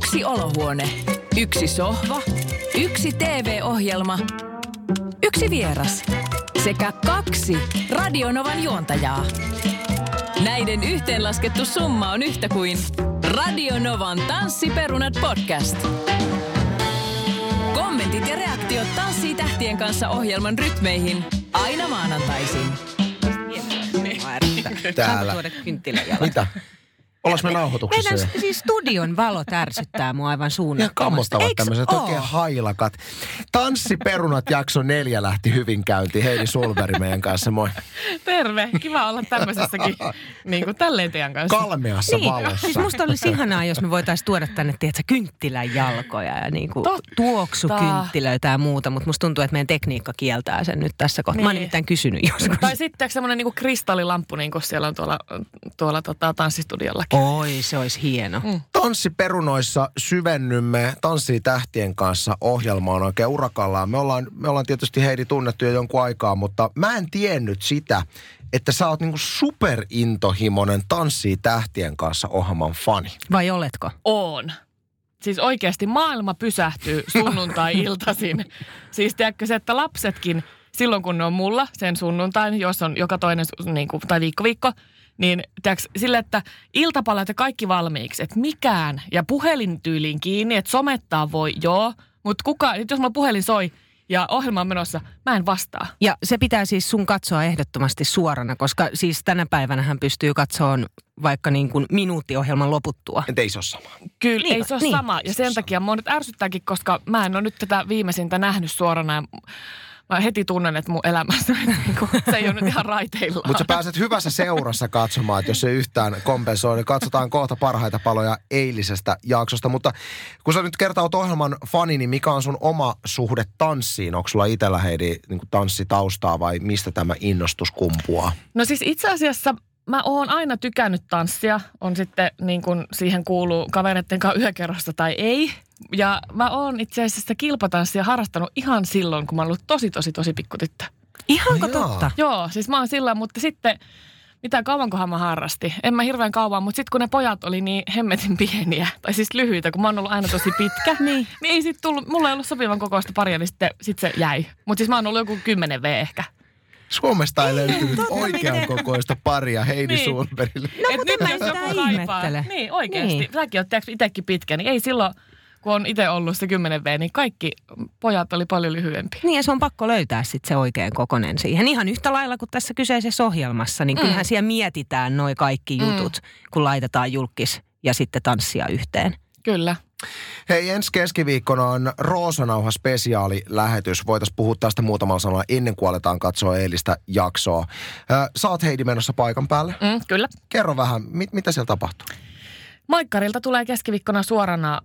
Yksi olohuone, yksi sohva, yksi TV-ohjelma, yksi vieras sekä 2 Radionovan juontajaa. Näiden yhteenlaskettu summa on yhtä kuin Radionovan Tanssiperunat podcast. Kommentit ja reaktiot Tanssii tähtien kanssa -ohjelman rytmeihin aina maanantaisin. Täällä. Mitä? Ollaan me nauhoituksessa meidän siis studion valot ärsyttää mua aivan suunnattomasti. Ihan kammottavat tämmöiset oikein hailakat. Tanssiperunat jakso 4 lähti hyvin käyntiin. Heidi Sulberg meidän kanssa, moi. Terve, kiva olla tämmöisessäkin niin kuin tälleen teidän kanssa. Kalmeassa valossa. Siis musta olisi ihanaa, jos me voitaisiin tuoda tänne, tiedätkö, kynttilän jalkoja ja niin kuin tuoksukynttilöitä ja muuta, mutta musta tuntuu, että meidän tekniikka kieltää sen nyt tässä kohtaa. Niin. Mä oon nimittäin kysynyt joskus. Tai sitten semmoinen niin kuin kristallilamppu, niin kuin siellä on tuolla tanssistudiolla. Oi, se olisi hieno. Tanssiperunoissa syvennymme Tanssii tähtien kanssa -ohjelmaan oikein urakallaan. Me ollaan tietysti Heidi tunnettu jo jonkun aikaa, mutta mä en tiennyt sitä, että sä oot niinku superintohimoinen Tanssii tähtien kanssa -ohjelman fani. Vai oletko? Oon. Siis oikeasti maailma pysähtyy sunnuntai-iltaisin. Siis tiedätkö se, että lapsetkin silloin kun ne on mulla sen sunnuntain, jos on joka toinen niin kuin, tai viikko, niin tiedätkö, sille, että iltapalat ja kaikki valmiiksi, että mikään, ja puhelintyyliin kiinni, että somettaa voi, joo, mutta jos mulla puhelin soi ja ohjelma on menossa, mä en vastaa. Ja se pitää siis sun katsoa ehdottomasti suorana, koska siis tänä päivänä hän pystyy katsomaan vaikka niin kuin minuuttiohjelman loputtua. Ei se ole sama. Kyllä, ei se ole sama. Ja sen takia mua nyt ärsyttääkin, koska mä en ole nyt tätä viimeisintä nähnyt suorana ja mä heti tunnen, että mun elämässä se ei ole nyt ihan raiteillaan. Mutta sä pääset hyvässä seurassa katsomaan, että jos se yhtään kompensoi, niin katsotaan kohta parhaita paloja eilisestä jaksosta. Mutta kun sä nyt kertaut ohjelman fani, niin mikä on sun oma suhde tanssiin? Onko sulla itsellä, Heidi, niin tanssitaustaa vai mistä tämä innostus kumpuaa? No siis itse asiassa mä oon aina tykännyt tanssia. On sitten niin kuin siihen kuuluu kavereiden kanssa yökerrosta tai ei. Ja mä oon itse asiassa kilpatanssia harrastanut ihan silloin, kun mä oon ollut tosi pikkutyttö. Ihanko totta? Joo, siis mä oon silloin, mutta sitten, mitä kauankohan mä harrastin? En mä hirveän kauan, mutta sitten kun ne pojat oli niin hemmetin pieniä, tai siis lyhyitä, kun mä oon ollut aina tosi pitkä, niin ei sit tullut, mulla ei ollut sopivan kokoista paria, niin sitten se jäi. Mutta siis mä oon ollut joku 10V ehkä. Suomesta ei löytynyt oikean kokoista paria Heidi Sulbergille. No, mutta mä sitä ihmettele. Niin, oikeasti. Niin. Säkin oot itsekin pitkä, niin ei silloin, kun on itse ollut se 10V, niin kaikki pojat oli paljon lyhyempiä. Niin, ja se on pakko löytää sitten se oikein kokonen siihen. Ihan yhtä lailla kuin tässä kyseisessä ohjelmassa, niin kyllähän siellä mietitään noi kaikki jutut, kun laitetaan julkis ja sitten tanssia yhteen. Kyllä. Hei, ensi keskiviikkona on Roosanauha spesiaalilähetys. Voitaisiin puhua tästä muutamalla sanalla ennen kuin aletaan katsoa eilistä jaksoa. Sä oot, Heidi, menossa paikan päälle. Kyllä. Kerro vähän, mitä siellä tapahtuu? Maikkarilta tulee keskiviikkona suorana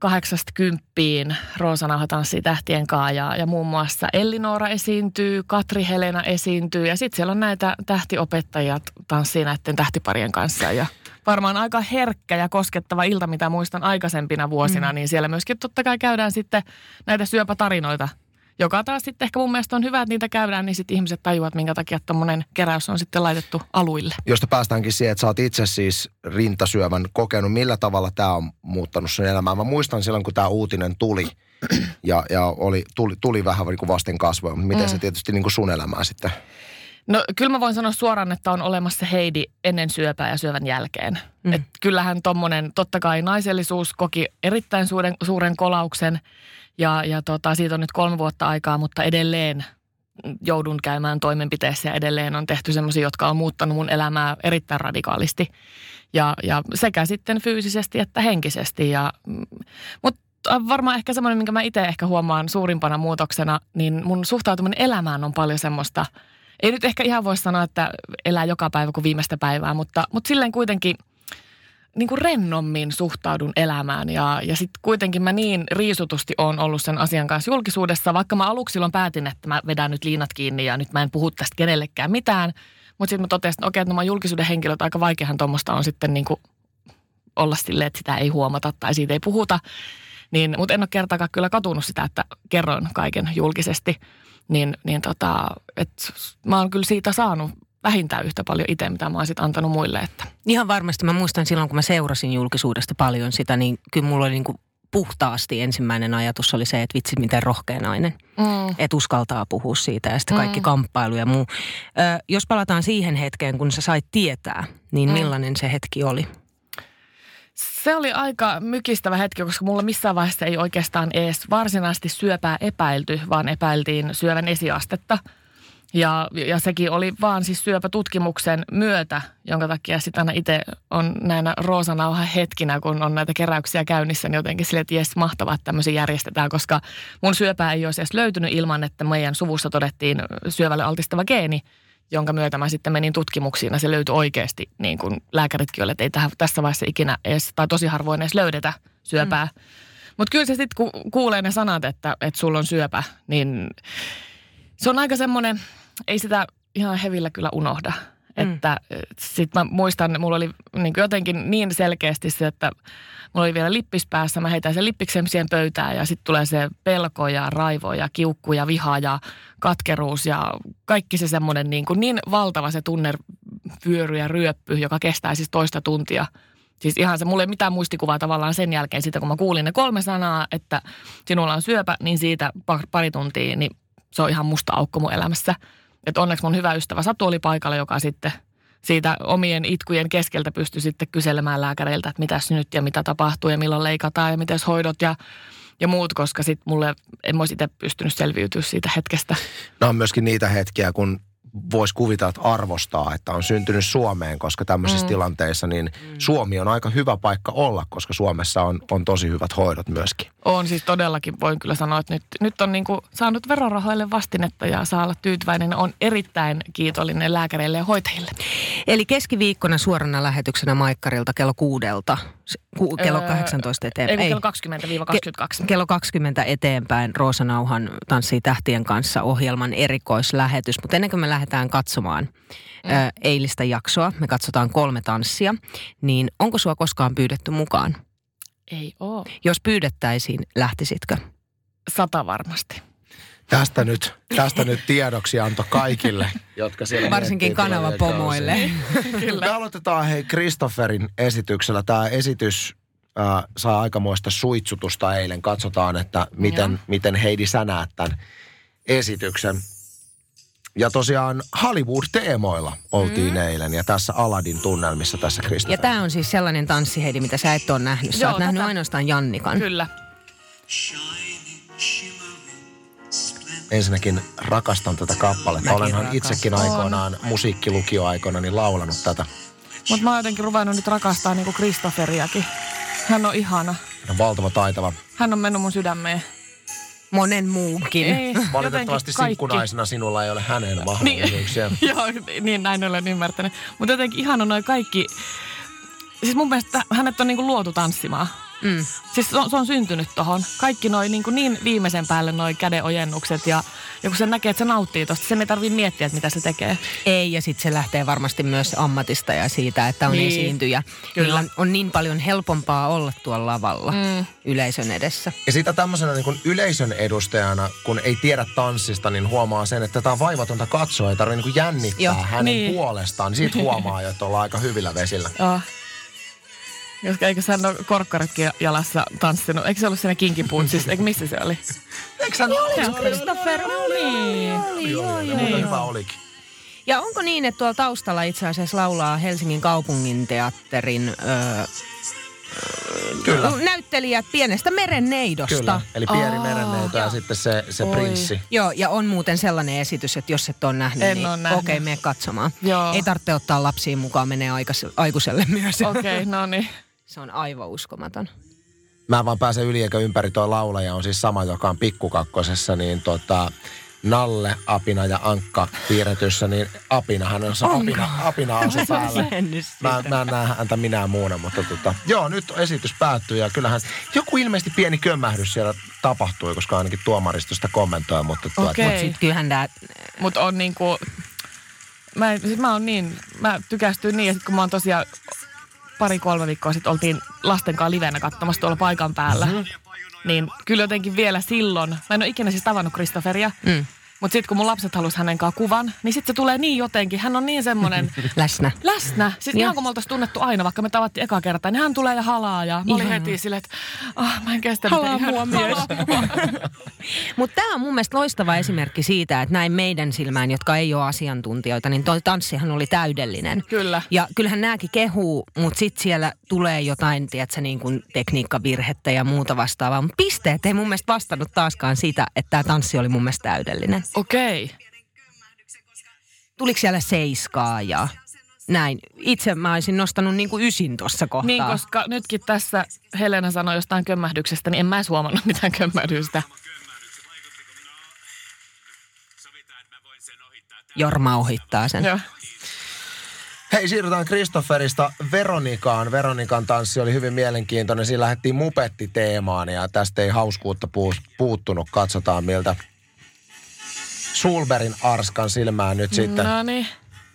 8-10 Roosanauha Tanssii tähtien kanssa ja muun muassa Ellinora esiintyy, Katri Helena esiintyy ja sitten siellä on näitä tähtiopettajia tanssii näiden tähtiparien kanssa ja varmaan aika herkkä ja koskettava ilta, mitä muistan aikaisempina vuosina, niin siellä myöskin totta kai käydään sitten näitä syöpätarinoita, joka taas sitten ehkä mun mielestä on hyvä, että niitä käydään, niin sitten ihmiset tajuavat, minkä takia tommonen keräys on sitten laitettu aluille. Josta päästäänkin siihen, että sä oot itse siis rintasyövän kokenut. Millä tavalla tämä on muuttanut sun elämää? Mä muistan silloin, kun tämä uutinen tuli ja tuli vähän niin kuin vasten kasvoja, mutta miten se tietysti niin kuin sun elämää sitten? No kyllä mä voin sanoa suoraan, että on olemassa Heidi ennen syöpää ja syövän jälkeen. Että kyllähän tommonen, totta kai naisellisuus koki erittäin suuren kolauksen ja siitä on nyt 3 vuotta aikaa, mutta edelleen joudun käymään toimenpiteessä ja edelleen on tehty semmoisia, jotka on muuttanut mun elämää erittäin radikaalisti. Ja sekä sitten fyysisesti että henkisesti. Mutta varmaan ehkä semmoinen, minkä mä itse ehkä huomaan suurimpana muutoksena, niin mun suhtautuminen elämään on paljon semmoista. Ei nyt ehkä ihan voi sanoa, että elää joka päivä kuin viimeistä päivää, mutta silleen kuitenkin niin kuin rennommin suhtaudun elämään. Ja sitten kuitenkin mä niin riisutusti oon ollut sen asian kanssa julkisuudessa, vaikka mä aluksi silloin päätin, että mä vedän nyt liinat kiinni ja nyt mä en puhu tästä kenellekään mitään. Mutta sitten mä totesin, että okei, että nämä julkisuuden henkilöt, aika vaikeahan tuommoista on sitten niin kuin olla silleen, että sitä ei huomata tai siitä ei puhuta. Mutta en ole kertaakaan kyllä katunut sitä, että kerroin kaiken julkisesti. Mä oon kyllä siitä saanut vähintään yhtä paljon itse, mitä mä oon sit antanut muille. Että. Ihan varmasti. Mä muistan silloin, kun mä seurasin julkisuudesta paljon sitä, niin kyllä mulla oli niin kuin puhtaasti ensimmäinen ajatus oli se, että vitsi miten rohkea nainen. Että uskaltaa puhua siitä ja sitten kaikki kamppailu ja muu. Jos palataan siihen hetkeen, kun sä sait tietää, niin millainen se hetki oli? Se oli aika mykistävä hetki, koska mulla missään vaiheessa ei oikeastaan edes varsinaisesti syöpää epäilty, vaan epäiltiin syövän esiastetta. Ja sekin oli vaan siis syöpätutkimuksen myötä, jonka takia sitten aina itse on näinä roosanauhan hetkinä, kun on näitä keräyksiä käynnissä, niin jotenkin silleen, että jes, mahtavaa, että tämmöisiä järjestetään, koska mun syöpää ei olisi edes löytynyt ilman, että meidän suvussa todettiin syövälle altistava geeni, jonka myötä mä sitten menin tutkimuksiin ja se löytyi oikeasti, niin kuin lääkäritkin oli, että ei tässä vaiheessa ikinä edes, tai tosi harvoin edes löydetä syöpää. Mutta kyllä se sitten, kun kuulee ne sanat, että sulla on syöpä, niin se on aika semmoinen, ei sitä ihan hevillä kyllä unohda. Että sitten mä muistan, mulla oli niin jotenkin niin selkeästi se, että mulla oli vielä lippis päässä. Mä heitän sen lippiksen siihen pöytään ja sitten tulee se pelko ja raivo ja kiukku ja viha ja katkeruus ja kaikki se semmoinen niin valtava se tunnevyöry ja ryöppy, joka kestää siis toista tuntia. Siis ihan se, mulla ei mitään muistikuvaa tavallaan sen jälkeen siitä, kun mä kuulin ne 3 sanaa, että sinulla on syöpä, niin siitä pari tuntia, niin se on ihan musta aukko mun elämässä. Että onneksi mun hyvä ystävä Satu oli paikalla, joka sitten siitä omien itkujen keskeltä pystyi sitten kyselemään lääkäreiltä, että mitäs nyt ja mitä tapahtuu ja milloin leikataan ja mitäs hoidot ja muut, koska sitten mulle en olisi itse pystynyt selviytyä siitä hetkestä. No on myöskin niitä hetkiä, kun voisi kuvitella, että arvostaa, että on syntynyt Suomeen, koska tämmöisissä tilanteissa niin Suomi on aika hyvä paikka olla, koska Suomessa on tosi hyvät hoidot myöskin. On siis todellakin, voin kyllä sanoa, että nyt on niin kuin saanut verorahoille vastinetta ja saa olla tyytyväinen. On erittäin kiitollinen lääkäreille ja hoitajille. Eli keskiviikkona suorana lähetyksenä Maikkarilta kello 6, kello 18 eteenpäin. Ei, kello 20-22. Kello 20 eteenpäin Roosa Nauhan Tanssii tähtien kanssa -ohjelman erikoislähetys. Mutta ennen kuin me lähdetään katsomaan eilistä jaksoa, me katsotaan 3 tanssia, niin onko sua koskaan pyydetty mukaan? Ei oo. Jos pyydettäisiin, lähtisitkö? 100 varmasti. Tästä nyt tiedoksianto kaikille, jotka siellä varsinkin kanavapomoille. Kyllä. Me aloitetaan Christopherin esityksellä. Tämä esitys saa aikamoista suitsutusta eilen. Katsotaan, että miten Heidi sä näet tämän esityksen. Ja tosiaan Hollywood-teemoilla oltiin eilen ja tässä Aladdin tunnelmissa tässä Christopher. Ja tämä on siis sellainen tanssi, Heidi, mitä sä et ole nähnyt. Sä oot nähnyt ainoastaan Jannikan. Kyllä. Ensinnäkin rakastan tätä kappaletta. Olenhan itsekin aikoinaan musiikkilukioaikoina niin laulanut tätä. Mutta mä oon jotenkin ruvennut nyt rakastaa niinku Christopheriakin. Hän on ihana. Hän on valtava taitava. Hän on mennyt mun sydämeen. Monen muunkin. Ei, valitettavasti sinkkunaisena sinulla ei ole hänen mahdollisuuksia. Joo, niin näin olen ymmärtänyt. Mutta jotenkin ihana noi kaikki. Siis mun mielestä hänet on niinku luotu tanssimaan. Siis se on syntynyt tohon. Kaikki noi niin viimeisen päälle noi kädenojennukset ja kun se näkee, että se nauttii tosta, sen ei tarvitse miettiä, että mitä se tekee. Ei, ja sitten se lähtee varmasti myös ammatista ja siitä, että on esiintyjä. Kyllä. On niin paljon helpompaa olla tuolla lavalla yleisön edessä. Ja sitä tämmöisenä niin kuin yleisön edustajana, kun ei tiedä tanssista, niin huomaa sen, että tämä on vaivatonta katsoa. Ei tarvitse niin jännittää hänen puolestaan. Niin siitä huomaa, että ollaan aika hyvillä vesillä. Eikö hän ole korkkaritkin jalassa tanssinut? Eikö se ollut siinä kinkipuntsissa? Eikö missä se oli? Eikö hän ole? Christopher oli. Joo. Hyvä olikin. Ja onko niin, että tuolla taustalla itse asiassa laulaa Helsingin kaupunginteatterin näyttelijät pienestä merenneidosta? Kyllä, eli pieni merenneido ja sitten se prinssi. Joo, ja on muuten sellainen esitys, että jos et ole nähnyt, okei, mene katsomaan. Joo. Ei tarvitse ottaa lapsiin mukaan, menee aikuiselle myös. Okei, no niin. Se on aivan uskomaton. Mä en vaan pääse yli eikä ympäri, tuo laulaja on siis sama, joka on Pikkukakkosessa, niin Nalle, Apina ja Ankka piirretyssä, niin Apinahan on se Apina asu päällä. Mä en näe häntä minään muuna, mutta joo, nyt esitys päättyy ja kyllähän joku ilmeisesti pieni kömmähdys siellä tapahtui, koska ainakin tuomaristosta kommentoi, mutta kyllähän tää... Mutta on niinku... Mä tykästyin niin, ja sit kun mä oon tosiaan 2-3 viikkoa sitten oltiin lasten kanssa livenä katsomassa tuolla paikan päällä. Niin kyllä jotenkin vielä silloin, mä en ole ikinä siis tavannut Christopheria, Mutta sitten kun mun lapset halusi hänen kanssa kuvan, niin sitten se tulee niin jotenkin. Hän on niin semmoinen... Läsnä. Siis ihan kun me oltaisiin tunnettu aina, vaikka me tavattiin eka kertaa, niin hän tulee ja halaa. Ja mä olin heti silleen, että mä en kestä halaa mua myös. Mutta tämä on mun mielestä loistava esimerkki siitä, että näin meidän silmään, jotka ei ole asiantuntijoita, niin toi tanssihan oli täydellinen. Kyllä. Ja kyllähän nääkin kehuu, mutta sitten siellä tulee jotain, tiedätkö, niin kuin tekniikkavirhettä ja muuta vastaavaa. Mutta pisteet ei mun mielestä vastannut taaskaan sitä, että tämä tanssi oli mun mielestä täydellinen. Okei. Tuliko siellä 7 ja näin? Itse mä olisin nostanut niin kuin 9 tuossa kohtaa. Niin, koska nytkin tässä Helena sanoi jostain kömmähdyksestä, niin en mä edes huomannut mitään kömmähdystä. Jorma ohittaa sen. Joo. Hei, siirrytään Kristofferista Veronikaan. Veronikan tanssi oli hyvin mielenkiintoinen. Siinä lähdettiin mupettiteemaan ja tästä ei hauskuutta puuttunut. Katsotaan miltä Sulberin Arskan silmään nyt sitten. No niin.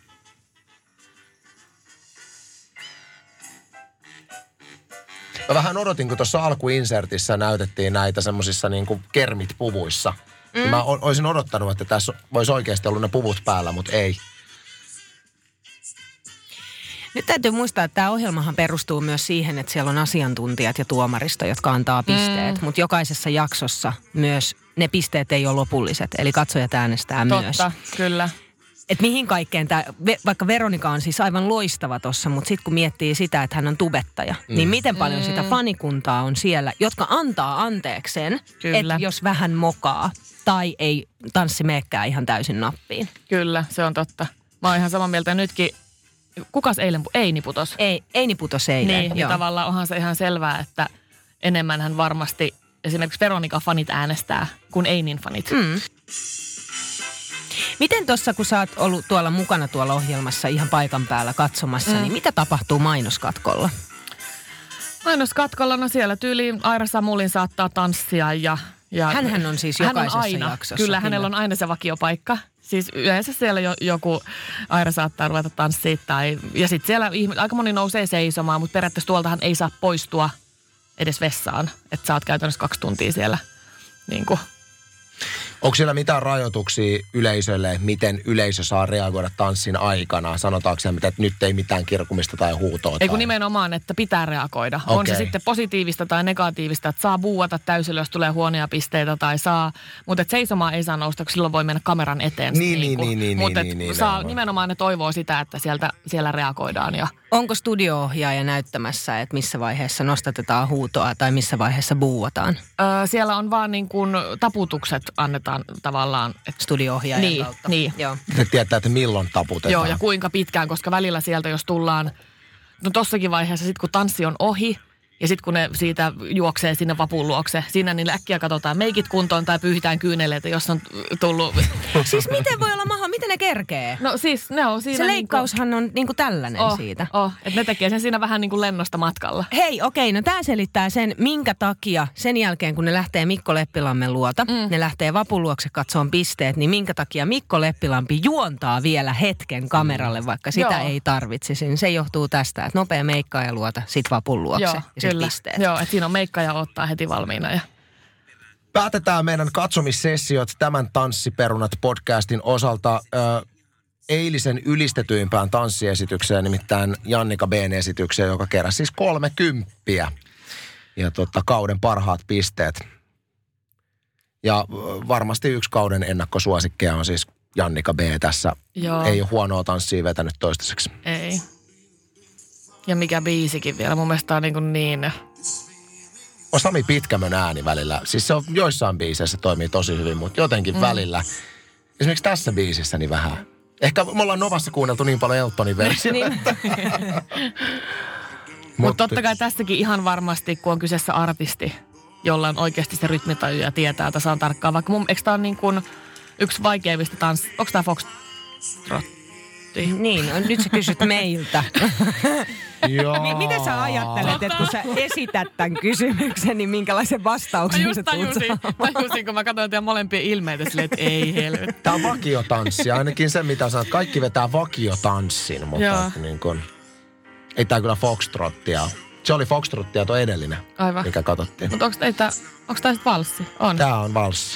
Mä vähän odotin, kun tuossa alkuinsertissä näytettiin näitä semmosissa niinku kermit-puvuissa. Mä olisin odottanut, että tässä voisi oikeasti ollut ne puvut päällä, mutta ei. Nyt täytyy muistaa, että tämä ohjelmahan perustuu myös siihen, että siellä on asiantuntijat ja tuomaristo, jotka antaa pisteet. Mutta jokaisessa jaksossa myös ne pisteet ei ole lopulliset, eli katsojat äänestää myös. Totta, kyllä. Että mihin kaikkeen tämä, vaikka Veronika on siis aivan loistava tossa, mutta sitten kun miettii sitä, että hän on tubettaja, niin miten paljon sitä fanikuntaa on siellä, jotka antaa anteeksi sen, että jos vähän mokaa tai ei tanssi meekään ihan täysin nappiin. Kyllä, se on totta. Mä oon ihan samaa mieltä nytkin. Kukas eilen? Eini putos. Eini putos eilen. Niin tavallaan onhan se ihan selvää, että enemmänhän varmasti esimerkiksi Veronika-fanit äänestää kuin Einin fanit. Miten tuossa, kun sä oot ollut tuolla mukana tuolla ohjelmassa ihan paikan päällä katsomassa, niin mitä tapahtuu mainoskatkolla? Mainoskatkolla, no siellä tyyliin Aira Samulin saattaa tanssia ja hänhän on siis jokaisessa aina, jaksossa. Kyllä, hänellä on aina se vakiopaikka. Siis yleensä siellä joku Aira saattaa ruveta tanssia ja sitten siellä aika moni nousee seisomaan, mutta periaatteessa tuoltahan ei saa poistua edes vessaan. Että sä oot käytännössä 2 tuntia siellä niin kuin. Onko siellä mitään rajoituksia yleisölle, miten yleisö saa reagoida tanssin aikana? Sanotaanko siellä, että nyt ei mitään kirkumista tai huutoa? Ei kun nimenomaan, että pitää reagoida. Okay. On se sitten positiivista tai negatiivista, että saa buuata täysillä, jos tulee huonoja pisteitä tai saa. Mutta seisomaan ei saa nousta, kun silloin voi mennä kameran eteen. Mutta nimenomaan ne toivoo sitä, että siellä reagoidaan. Ja. Onko studio-ohjaaja näyttämässä, että missä vaiheessa nostatetaan huutoa tai missä vaiheessa buuataan? Siellä on vaan niin kuin taputukset annetaan tavallaan. Studio-ohjaajan kautta. Niin. Joo. Ne tietää, että milloin taputetaan. Joo, ja kuinka pitkään, koska välillä sieltä jos tullaan, no tossakin vaiheessa sitten kun tanssi on ohi, ja sitten kun ne siitä juoksee sinne vapun luokse, siinä niille äkkiä katsotaan meikit kuntoon tai pyyhitään kyyneleitä, jos on tullut. Siis miten voi olla miten ne kerkee? No siis ne on siinä. Se leikkaushan on niinku tällainen siitä. Että ne tekee sen siinä vähän niin kuin lennosta matkalla. Hei, okei, no tää selittää sen, minkä takia sen jälkeen, kun ne lähtee Mikko Leppilammen luota, ne lähtee vapun luokse katsomaan pisteet, niin minkä takia Mikko Leppilampi juontaa vielä hetken kameralle, vaikka sitä ei tarvitsisi. Niin se johtuu tästä, että nopea meikkaa ja luota, sit vapun luokse. Joo, ja kyllä. Pisteet. Joo, että siinä on meikka ja ottaa heti valmiina. Ja. Päätetään meidän katsomissessiot tämän Tanssiperunat podcastin osalta eilisen ylistetyimpään tanssiesitykseen, nimittäin Jannika B:n esitykseen, joka keräsi siis 30. Ja kauden parhaat pisteet. Ja varmasti yksi kauden ennakkosuosikkeja on siis Jannika B tässä. Joo. Ei ole huonoa tanssia vetänyt toistaiseksi. Ei. Ja mikä biisikin vielä, mun mielestä on niin. On Sami Pitkämön ääni välillä. Siis se on joissain biiseissä toimii tosi hyvin, mutta jotenkin välillä. Esimerkiksi tässä biisissä niin vähän. Ehkä me ollaan Novassa kuunneltu niin paljon Eltonin versiota. Mutta totta kai tässäkin ihan varmasti, kun on kyseessä artisti, jolla on oikeasti se rytmitaju ja tietää tasan tarkkaan. Vaikka eikö tämä ole niin kuin yksi vaikeimmista tanssia? Onko tämä foxtrotti? Niin, no, nyt sä kysyt meiltä. Joo. Miten sä ajattelet, että kun sä esität tämän kysymyksen, niin minkälaisen vastauksen sä tulet saamaan? Tajusin, kun mä katsoin teidän molempien ilmeitä silleen, että ei helvetti. Tämä on vakiotanssi, ainakin se mitä sanot. Kaikki vetää vakiotanssin, mutta niin kun, ei tää kyllä foxtrottia. Se oli Foxtrottia tuo edellinen, Aivan. mikä katsottiin. Mutta onko tämä sitten valssi? On. Tää on valssi.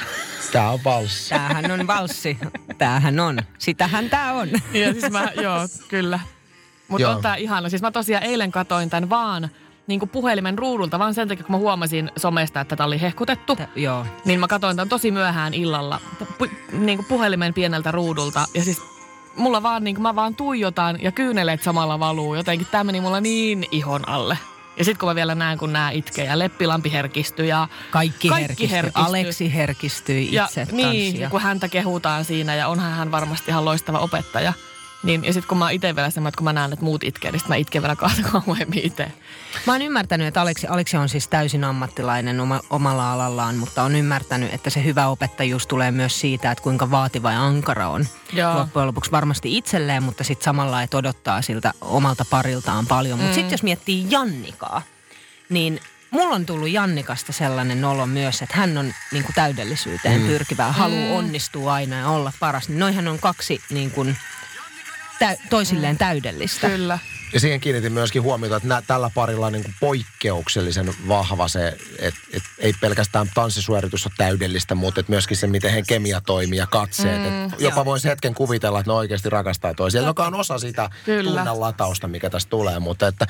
Tämähän on valssi. Tämähän on. Sitähän tää on. Ja siis kyllä. Mutta on tää ihana. Siis mä tosiaan eilen katoin tämän vaan niin kuin puhelimen ruudulta, vaan sen takia, kun mä huomasin somesta, että tätä oli hehkutettu. Joo. Niin mä katoin tämän tosi myöhään illalla niin kuin puhelimen pieneltä ruudulta. Ja siis mulla vaan, niin kuin mä vaan tuijotan ja kyyneleet samalla valuu. Jotenkin tää meni mulla niin ihon alle. Ja sitten kun mä vielä näen, kun nää itkee ja leppilampi herkistyy ja Kaikki herkistyy. Aleksi herkistyi itse tanssia. Niin, kun häntä kehutaan siinä ja onhan hän varmasti ihan loistava opettaja. Niin, ja sitten kun mä itse vielä semmoinen, että kun mä näen, että muut itkee, niin sitten mä itken vielä kauemmin itse. Mä oon ymmärtänyt, että Aleksi on siis täysin ammattilainen omalla alallaan, mutta on ymmärtänyt, että se hyvä opettajuus tulee myös siitä, että kuinka vaativa ja ankara on. Joo. Loppujen lopuksi varmasti itselleen, mutta sitten samalla, että odottaa siltä omalta pariltaan paljon. Mutta sitten jos miettii Jannikaa, niin mulla on tullut Jannikasta sellainen olo myös, että hän on niin kuin täydellisyyteen pyrkivää, haluaa onnistua aina ja olla paras. Niin noihän on kaksi niin kuin toisilleen täydellistä. Kyllä. Ja siihen kiinnitin myöskin huomiota, että tällä parilla on niin kuin poikkeuksellisen vahva se, että ei pelkästään tanssisuoritus ole täydellistä, mutta että myöskin se, miten he kemia toimii ja katseet. Jopa voisi hetken kuvitella, että ne oikeasti rakastaa toisiaan, joka on osa sitä tunnanlatausta, mikä tästä tulee. Mutta että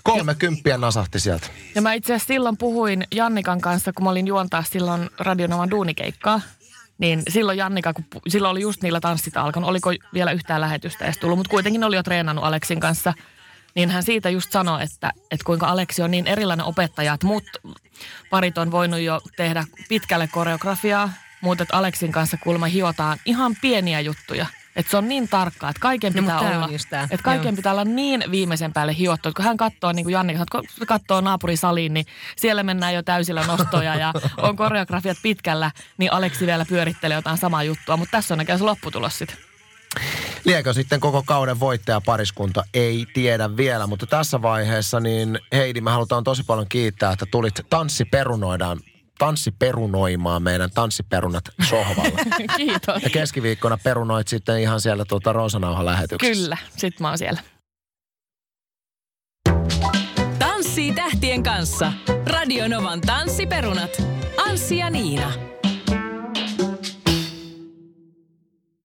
30 nasahti sieltä. Ja mä itse asiassa silloin puhuin Jannikan kanssa, kun mä olin juontaa silloin Radionovan duunikeikkaa. Niin silloin Jannika, kun silloin oli just niillä tanssit alkanut, oliko vielä yhtään lähetystä edes tullut, mutta kuitenkin oli jo treenannut Aleksin kanssa. Niin hän siitä just sanoi, että kuinka Aleksi on niin erilainen opettaja, että muut parit on voinut jo tehdä pitkälle koreografiaa, mutta että Aleksin kanssa kuulemma hiotaan ihan pieniä juttuja. Että se on niin tarkkaa, että kaiken pitää olla, että kaiken pitää olla niin viimeisen päälle hiottu. Että kun hän katsoo, niin kuin Jannika, kun katsoo naapurisaliin, niin siellä mennään jo täysillä nostoja ja on koreografiat pitkällä, niin Aleksi vielä pyörittelee jotain samaa juttua. Mutta tässä on näkään se lopputulos sitten. Liekö sitten koko kauden voittajapariskunta? Ei tiedä vielä, mutta tässä vaiheessa niin Heidi, me halutaan tosi paljon kiittää, että tulit tanssiperunoimaan meidän tanssiperunat sohvalla. Kiitos. Ja keskiviikkona perunoit sitten ihan siellä Roosanauhan lähetyksessä. Kyllä, sit mä oon siellä. Tanssii tähtien kanssa. Radionovan tanssiperunat. Anssi ja Niina.